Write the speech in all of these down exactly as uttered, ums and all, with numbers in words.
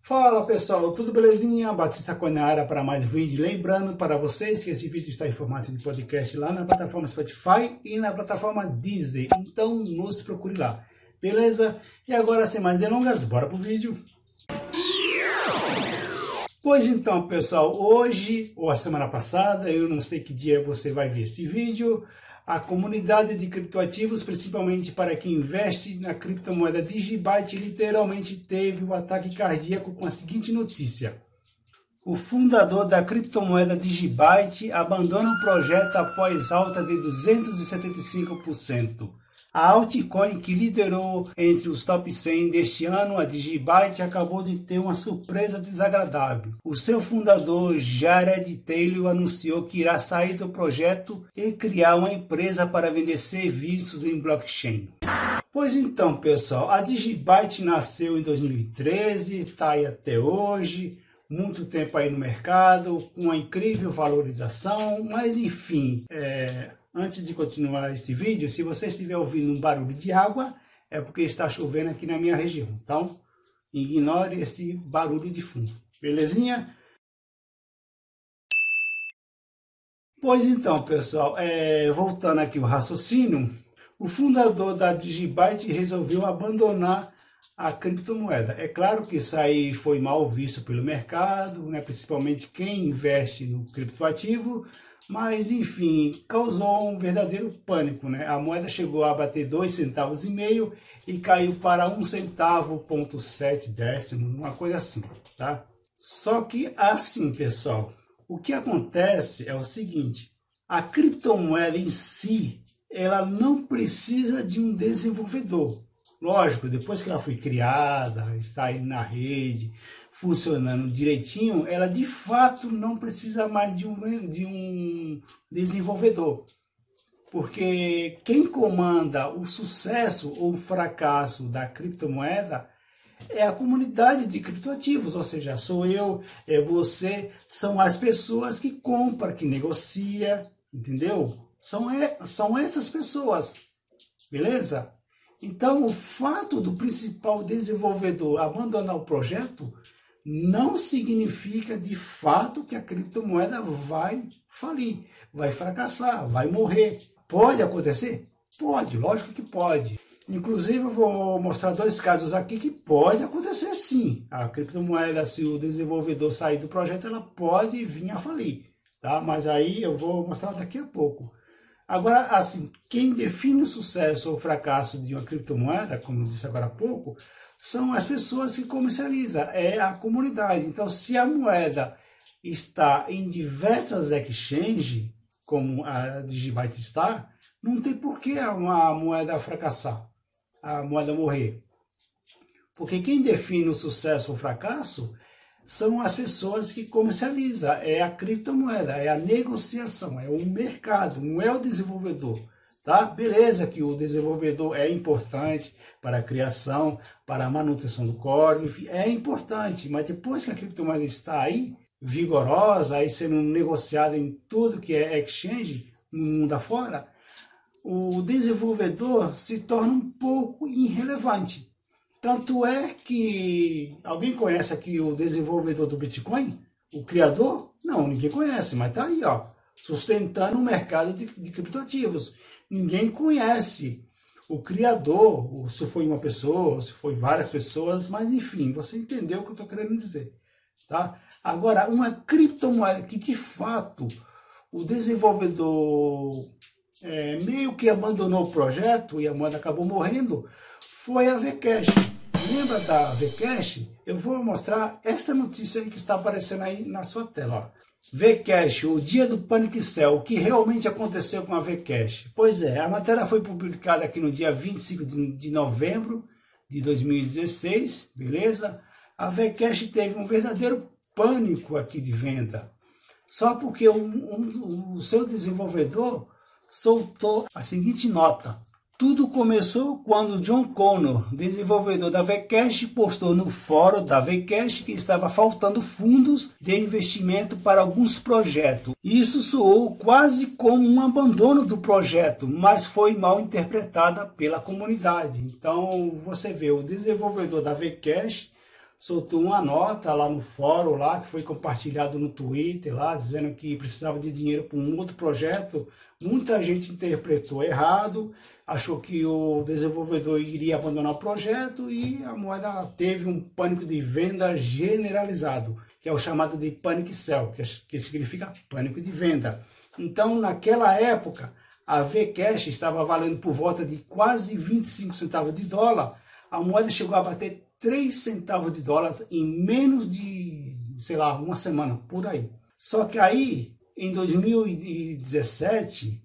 Fala pessoal, tudo belezinha? Batista Coinara para mais um vídeo. Lembrando para vocês que esse vídeo está em formato de podcast lá na plataforma Spotify e na plataforma Deezer. Então nos procure lá, beleza? E agora sem mais delongas, bora pro vídeo. Pois então pessoal, hoje ou a semana passada, eu não sei que dia você vai ver esse vídeo, a comunidade de criptoativos, principalmente para quem investe na criptomoeda Digibyte, literalmente teve um ataque cardíaco com a seguinte notícia: o fundador da criptomoeda Digibyte abandona o projeto após alta de duzentos e setenta e cinco por cento. A altcoin que liderou entre os top cem deste ano, a Digibyte, acabou de ter uma surpresa desagradável. O seu fundador, Jared Taylor, anunciou que irá sair do projeto e criar uma empresa para vender serviços em blockchain. Pois então, pessoal, a Digibyte nasceu em dois mil e treze, está aí até hoje, muito tempo aí no mercado, com uma incrível valorização, mas enfim, é... antes de continuar esse vídeo, se você estiver ouvindo um barulho de água, é porque está chovendo aqui na minha região. Então, ignore esse barulho de fundo. Belezinha? Pois então, pessoal, é, voltando aqui o raciocínio, o fundador da Digibyte resolveu abandonar a criptomoeda. É claro que isso aí foi mal visto pelo mercado, né, principalmente quem investe no criptoativo, mas enfim, causou um verdadeiro pânico, né? A moeda chegou a bater dois centavos e meio e caiu para um centavo ponto sete décimo, uma coisa assim, tá? Só que assim, pessoal, o que acontece é o seguinte: a criptomoeda em si, ela não precisa de um desenvolvedor. Lógico, depois que ela foi criada, está aí na rede, funcionando direitinho, ela de fato não precisa mais de um, de um desenvolvedor. Porque quem comanda o sucesso ou o fracasso da criptomoeda é a comunidade de criptoativos, ou seja, sou eu, é você, são as pessoas que compram, que negociam, entendeu? São, são essas pessoas, beleza? Então, o fato do principal desenvolvedor abandonar o projeto não significa de fato que a criptomoeda vai falir, vai fracassar, vai morrer. Pode acontecer? Pode, lógico que pode. Inclusive, eu vou mostrar dois casos aqui que pode acontecer sim. A criptomoeda, se o desenvolvedor sair do projeto, ela pode vir a falir, tá? Mas aí eu vou mostrar daqui a pouco. Agora, assim, quem define o sucesso ou o fracasso de uma criptomoeda, como eu disse agora há pouco, são as pessoas que comercializam, é a comunidade. Então, se a moeda está em diversas exchanges, como a Digibyte está, não tem por que uma moeda fracassar, a moeda morrer. Porque quem define o sucesso ou o fracasso são as pessoas que comercializam, é a criptomoeda, é a negociação, é o mercado, não é o desenvolvedor. Tá? Beleza que o desenvolvedor é importante para a criação, para a manutenção do código, enfim, é importante, mas depois que a criptomoeda está aí, vigorosa, aí sendo negociada em tudo que é exchange, no mundo afora, o desenvolvedor se torna um pouco irrelevante. Tanto é que alguém conhece aqui o desenvolvedor do Bitcoin? O criador? Não, ninguém conhece, mas está aí, ó, sustentando o mercado de, de criptoativos. Ninguém conhece o criador, ou se foi uma pessoa, ou se foi várias pessoas, mas enfim, você entendeu o que eu estou querendo dizer, tá? Agora, uma criptomoeda que de fato o desenvolvedor é, meio que abandonou o projeto e a moeda acabou morrendo, foi a Vcash. Lembra da Vcash? Eu vou mostrar esta notícia aí que está aparecendo aí na sua tela, ó. Vcash, o dia do Panic Sell, o que realmente aconteceu com a Vcash? Pois é, a matéria foi publicada aqui no dia vinte e cinco de novembro de dois mil e dezesseis, beleza? A Vcash teve um verdadeiro pânico aqui de venda, só porque um, um, o seu desenvolvedor soltou a seguinte nota: tudo começou quando John Connor, desenvolvedor da Vcash, postou no fórum da Vcash que estava faltando fundos de investimento para alguns projetos. Isso soou quase como um abandono do projeto, mas foi mal interpretada pela comunidade. Então você vê, o desenvolvedor da Vcash soltou uma nota lá no fórum, lá, que foi compartilhado no Twitter, lá, dizendo que precisava de dinheiro para um outro projeto. Muita gente interpretou errado, achou que o desenvolvedor iria abandonar o projeto e a moeda teve um pânico de venda generalizado, que é o chamado de panic sell, que significa pânico de venda. Então, naquela época, a Vcash estava valendo por volta de quase vinte e cinco centavos de dólar. A moeda chegou a bater três centavos de dólar em menos de, sei lá, uma semana, por aí. Só que aí, em dois mil e dezessete,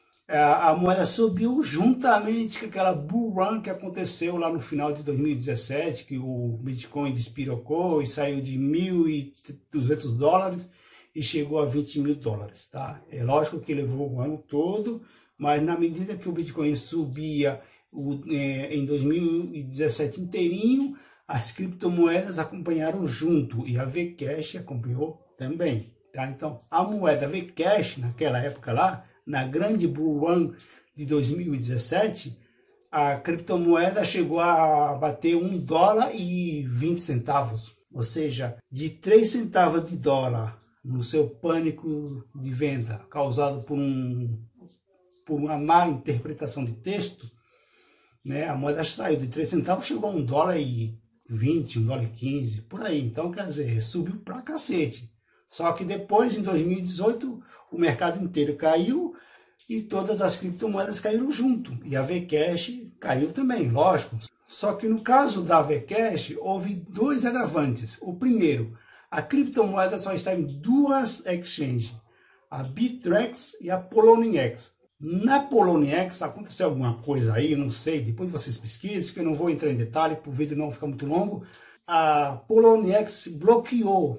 a moeda subiu juntamente com aquela bull run que aconteceu lá no final de dois mil e dezessete, que o Bitcoin despirocou e saiu de mil e duzentos dólares e chegou a vinte mil dólares, tá? É lógico que levou o ano todo, mas na medida que o Bitcoin subia o, é, em dois mil e dezessete inteirinho, as criptomoedas acompanharam junto e a Vcash acompanhou também, tá? Então, a moeda Vcash, naquela época lá, na grande bull run de dois mil e dezessete, a criptomoeda chegou a bater um dólar e vinte centavos, ou seja, de três centavos de dólar no seu pânico de venda causado por, um, por uma má interpretação de texto, né, a moeda saiu de três centavos, chegou a um dólar e vinte, um dólar e quinze, por aí. Então, quer dizer, subiu pra cacete. Só que depois, em dois mil e dezoito, o mercado inteiro caiu e todas as criptomoedas caíram junto. E a Vcash caiu também, lógico. Só que no caso da Vcash, houve dois agravantes. O primeiro, a criptomoeda só está em duas exchanges, a Bittrex e a Poloniex. Na Poloniex aconteceu alguma coisa aí, eu não sei, depois vocês pesquisem, que eu não vou entrar em detalhe para o vídeo não ficar muito longo. A Poloniex bloqueou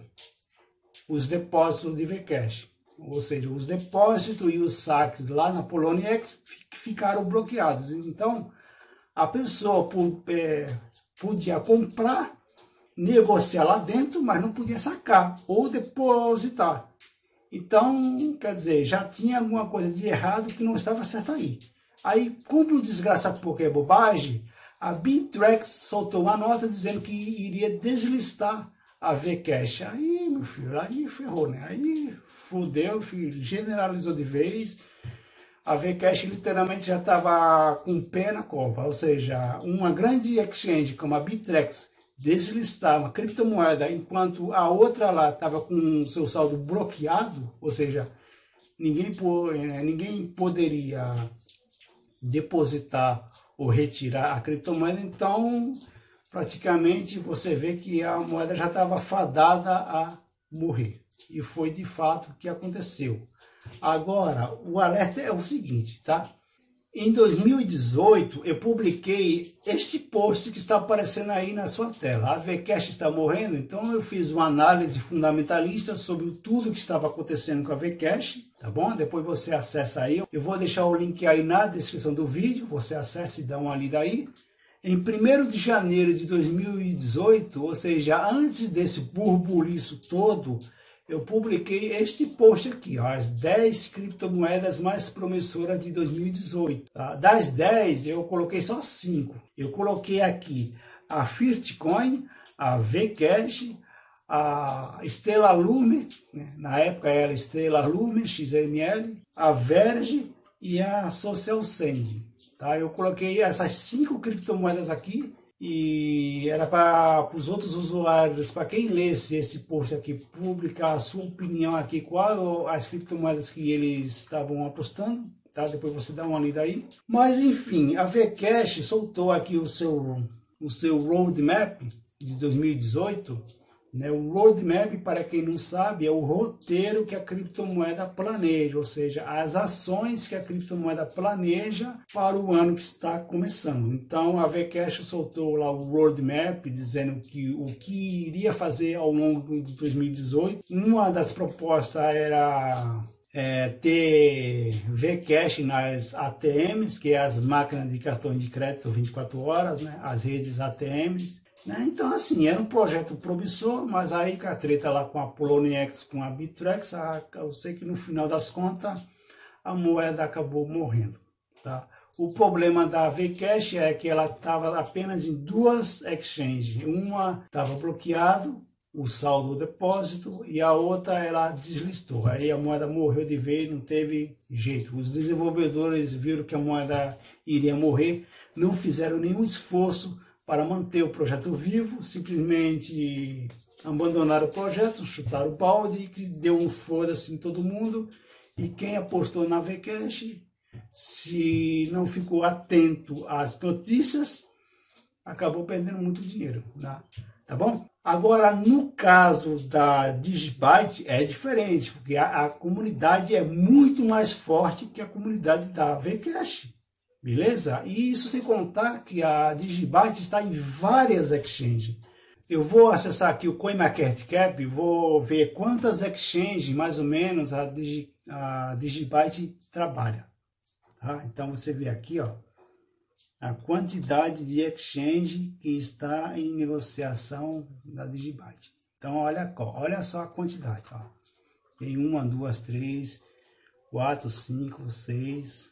os depósitos de Vcash, ou seja, os depósitos e os saques lá na Poloniex ficaram bloqueados. Então, a pessoa podia comprar, negociar lá dentro, mas não podia sacar ou depositar. Então, quer dizer, já tinha alguma coisa de errado que não estava certo aí. Aí, como desgraça pouco é bobagem, a Bittrex soltou uma nota dizendo que iria deslistar a Vcash. Aí, meu filho, aí ferrou, né? Aí fudeu, filho, generalizou de vez. A Vcash literalmente já estava com pé na cova, ou seja, uma grande exchange como a Bittrex deslistar uma criptomoeda enquanto a outra lá estava com seu saldo bloqueado, ou seja, ninguém, ninguém poderia depositar ou retirar a criptomoeda. Então praticamente você vê que a moeda já estava fadada a morrer, e foi de fato o que aconteceu. Agora, o alerta é o seguinte, tá? Em dois mil e dezoito, eu publiquei este post que está aparecendo aí na sua tela. A Vcash está morrendo, então eu fiz uma análise fundamentalista sobre tudo que estava acontecendo com a Vcash, tá bom? Depois você acessa aí. Eu vou deixar o link aí na descrição do vídeo, você acessa e dá uma lida aí. Em primeiro de janeiro de dois mil e dezoito, ou seja, antes desse burbuliço todo, eu publiquei este post aqui, ó, as dez criptomoedas mais promissoras de dois mil e dezoito. Tá? Das dez, eu coloquei só cinco. Eu coloquei aqui a Firtcoin, a Vcash, a Stellar Lumen, né? Na época era Stellar Lumen, X M L, a Verge e a SocialSend. Tá? Eu coloquei essas cinco criptomoedas aqui, e era para os outros usuários, para quem lesse esse post aqui, publicar a sua opinião aqui, qual as criptomoedas que eles estavam apostando, tá? Depois você dá uma lida aí. Mas enfim, a Vcash soltou aqui o seu, o seu roadmap de dois mil e dezoito, né? O roadmap, para quem não sabe, é o roteiro que a criptomoeda planeja, ou seja, as ações que a criptomoeda planeja para o ano que está começando. Então a Vcash soltou lá o roadmap dizendo que o que iria fazer ao longo de dois mil e dezoito. Uma das propostas era é, ter Vcash nas A T Ms, que é as máquinas de cartões de crédito vinte e quatro horas, né? As redes A T Ms. Então, assim, era um projeto promissor, mas aí com a treta lá com a Poloniex, com a Bittrex, eu sei que no final das contas a moeda acabou morrendo, tá? O problema da Vcash é que ela estava apenas em duas exchanges. Uma estava bloqueado, o saldo do depósito, e a outra ela deslistou. Aí a moeda morreu de vez, não teve jeito. Os desenvolvedores viram que a moeda iria morrer, não fizeram nenhum esforço para manter o projeto vivo, simplesmente abandonaram o projeto, chutaram o balde, que deu um foda-se em todo mundo. E quem apostou na Vcash, se não ficou atento às notícias, acabou perdendo muito dinheiro, tá? Tá bom? Agora, no caso da Digibyte, é diferente, porque a, a comunidade é muito mais forte que a comunidade da Vcash, beleza? E isso sem contar que a Digibyte está em várias exchanges. Eu vou acessar aqui o CoinMarketCap e vou ver quantas exchanges, mais ou menos, a, Digi, a Digibyte trabalha. Tá? Então, você vê aqui, ó, a quantidade de exchange que está em negociação da Digibyte. Então, olha, olha só a quantidade. Ó. Tem uma, duas, três, quatro, cinco, seis,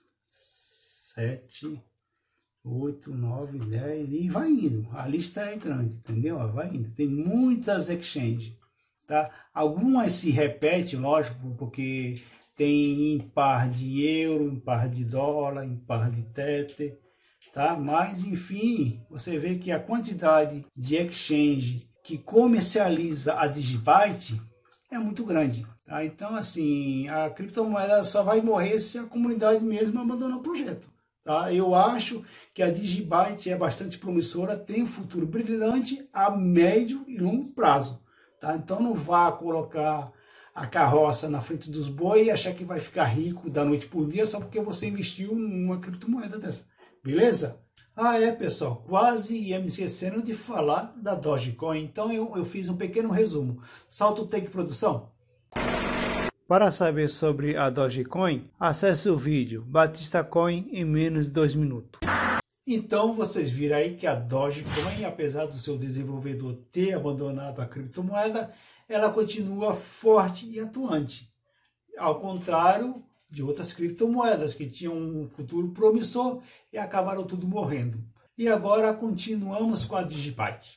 sete, oito, nove, dez e vai indo. A lista é grande, entendeu? Vai indo. Tem muitas exchanges. Tá? Algumas se repetem, lógico, porque tem em par de euro, em par de dólar, em par de Tether. Tá? Mas, enfim, você vê que a quantidade de exchange que comercializa a Digibyte é muito grande. Tá? Então, assim, a criptomoeda só vai morrer se a comunidade mesmo abandonar o projeto. Tá? Eu acho que a Digibyte é bastante promissora, tem um futuro brilhante a médio e longo prazo. Tá? Então, não vá colocar a carroça na frente dos bois e achar que vai ficar rico da noite por dia só porque você investiu numa criptomoeda dessa. Beleza? Ah, é, pessoal, quase ia me esquecendo de falar da Dogecoin, então eu, eu fiz um pequeno resumo. Salto Take Produção. Para saber sobre a Dogecoin, acesse o vídeo Batista Coin em menos de dois minutos. Então, vocês viram aí que a Dogecoin, apesar do seu desenvolvedor ter abandonado a criptomoeda, ela continua forte e atuante. Ao contrário de outras criptomoedas que tinham um futuro promissor e acabaram tudo morrendo. E agora continuamos com a Digibyte.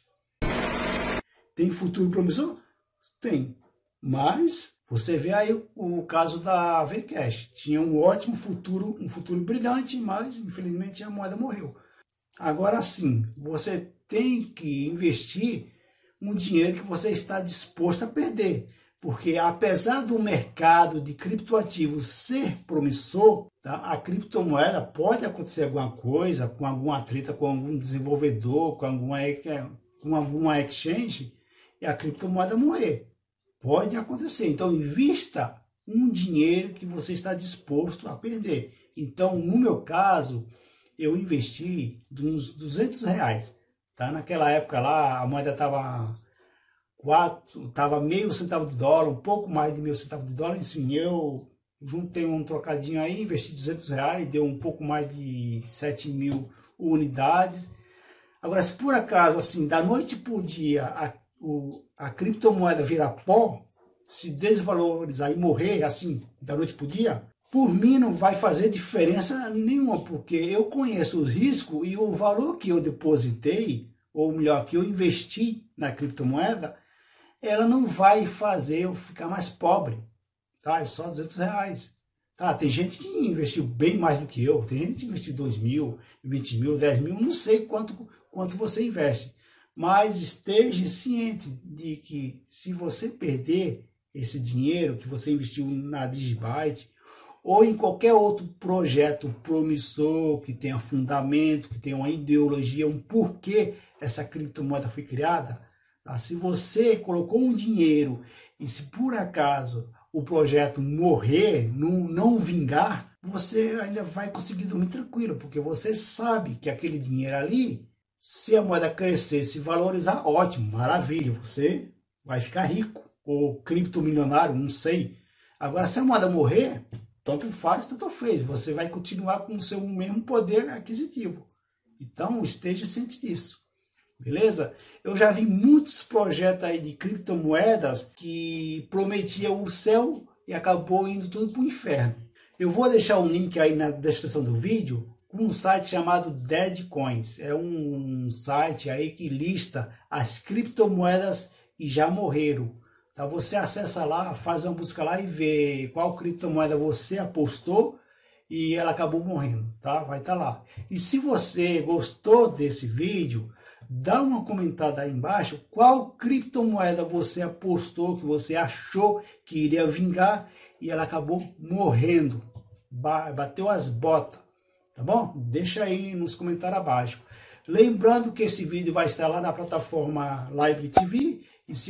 Tem futuro promissor? Tem. Mas você vê aí o caso da Vcash. Tinha um ótimo futuro, um futuro brilhante, mas infelizmente a moeda morreu. Agora sim, você tem que investir um dinheiro que você está disposto a perder. Porque apesar do mercado de criptoativos ser promissor, tá, a criptomoeda pode acontecer alguma coisa, com alguma treta com algum desenvolvedor, com alguma, com alguma exchange, e a criptomoeda morrer. Pode acontecer. Então, invista um dinheiro que você está disposto a perder. Então, no meu caso, eu investi de uns duzentos reais. Tá? Naquela época lá, a moeda estava... estava meio centavo de dólar, um pouco mais de meio centavo de dólar, enfim, eu juntei um trocadinho aí, investi duzentos reais, deu um pouco mais de sete mil unidades. Agora, se por acaso, assim, da noite por dia, a, o, a criptomoeda virar pó, se desvalorizar e morrer, assim, da noite por dia, por mim não vai fazer diferença nenhuma, porque eu conheço os riscos e o valor que eu depositei, ou melhor, que eu investi na criptomoeda, ela não vai fazer eu ficar mais pobre, tá? É só duzentos reais. Tá? Tem gente que investiu bem mais do que eu, tem gente que investiu dois mil, vinte mil, dez mil, não sei quanto, quanto você investe. Mas esteja ciente de que se você perder esse dinheiro que você investiu na Digibyte, ou em qualquer outro projeto promissor, que tenha fundamento, que tenha uma ideologia, um porquê essa criptomoeda foi criada, tá? Se você colocou um dinheiro e se por acaso o projeto morrer, não, não vingar, você ainda vai conseguir dormir tranquilo, porque você sabe que aquele dinheiro ali, se a moeda crescer, se valorizar, ótimo, maravilha, você vai ficar rico, ou criptomilionário, não sei. Agora, se a moeda morrer, tanto faz, tanto fez, você vai continuar com o seu mesmo poder aquisitivo. Então, esteja ciente disso. Beleza? Eu já vi muitos projetos aí de criptomoedas que prometiam o céu e acabou indo tudo para o inferno. Eu vou deixar um link aí na descrição do vídeo um site chamado Deadcoins. É um site aí que lista as criptomoedas que já morreram. Tá? Você acessa lá, faz uma busca lá e vê qual criptomoeda você apostou e ela acabou morrendo, tá? Vai estar lá. E se você gostou desse vídeo, dá uma comentada aí embaixo qual criptomoeda você apostou, que você achou que iria vingar e ela acabou morrendo, bateu as botas, tá bom? Deixa aí nos comentários abaixo. Lembrando que esse vídeo vai estar lá na plataforma Live T V, e se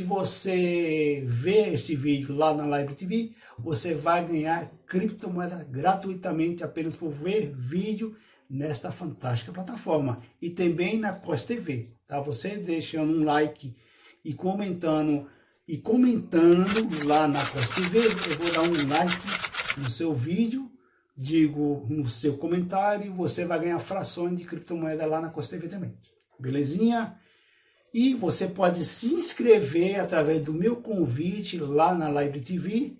você ver este vídeo lá na Live T V, você vai ganhar criptomoeda gratuitamente apenas por ver vídeo nesta fantástica plataforma. E também na Cos T V, tá? Você deixando um like e comentando, e comentando lá na Cos T V, eu vou dar um like no seu vídeo, digo no seu comentário, você vai ganhar frações de criptomoeda lá na Cos T V também. Belezinha? E você pode se inscrever através do meu convite lá na Live T V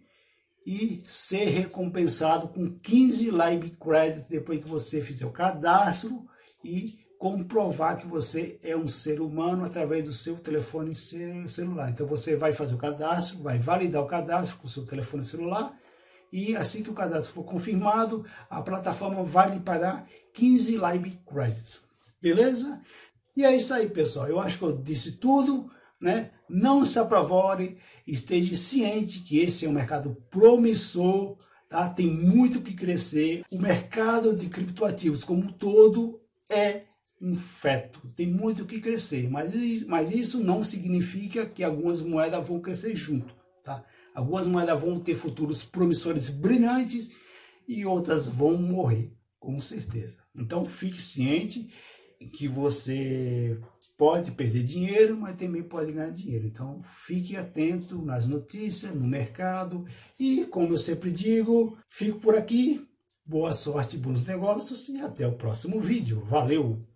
e ser recompensado com quinze Live Credits depois que você fizer o cadastro e comprovar que você é um ser humano através do seu telefone celular. Então você vai fazer o cadastro, vai validar o cadastro com o seu telefone celular e assim que o cadastro for confirmado, a plataforma vai lhe pagar quinze Live Credits. Beleza? E é isso aí, pessoal. Eu acho que eu disse tudo, né? Não se apavore, esteja ciente que esse é um mercado promissor, tá? Tem muito que crescer. O mercado de criptoativos como um todo é um feto. Tem muito que crescer, mas, mas isso não significa que algumas moedas vão crescer junto, tá? Algumas moedas vão ter futuros promissores brilhantes e outras vão morrer, com certeza. Então fique ciente que você pode perder dinheiro, mas também pode ganhar dinheiro. Então fique atento nas notícias, no mercado e, como eu sempre digo, fico por aqui. Boa sorte, bons negócios e até o próximo vídeo. Valeu!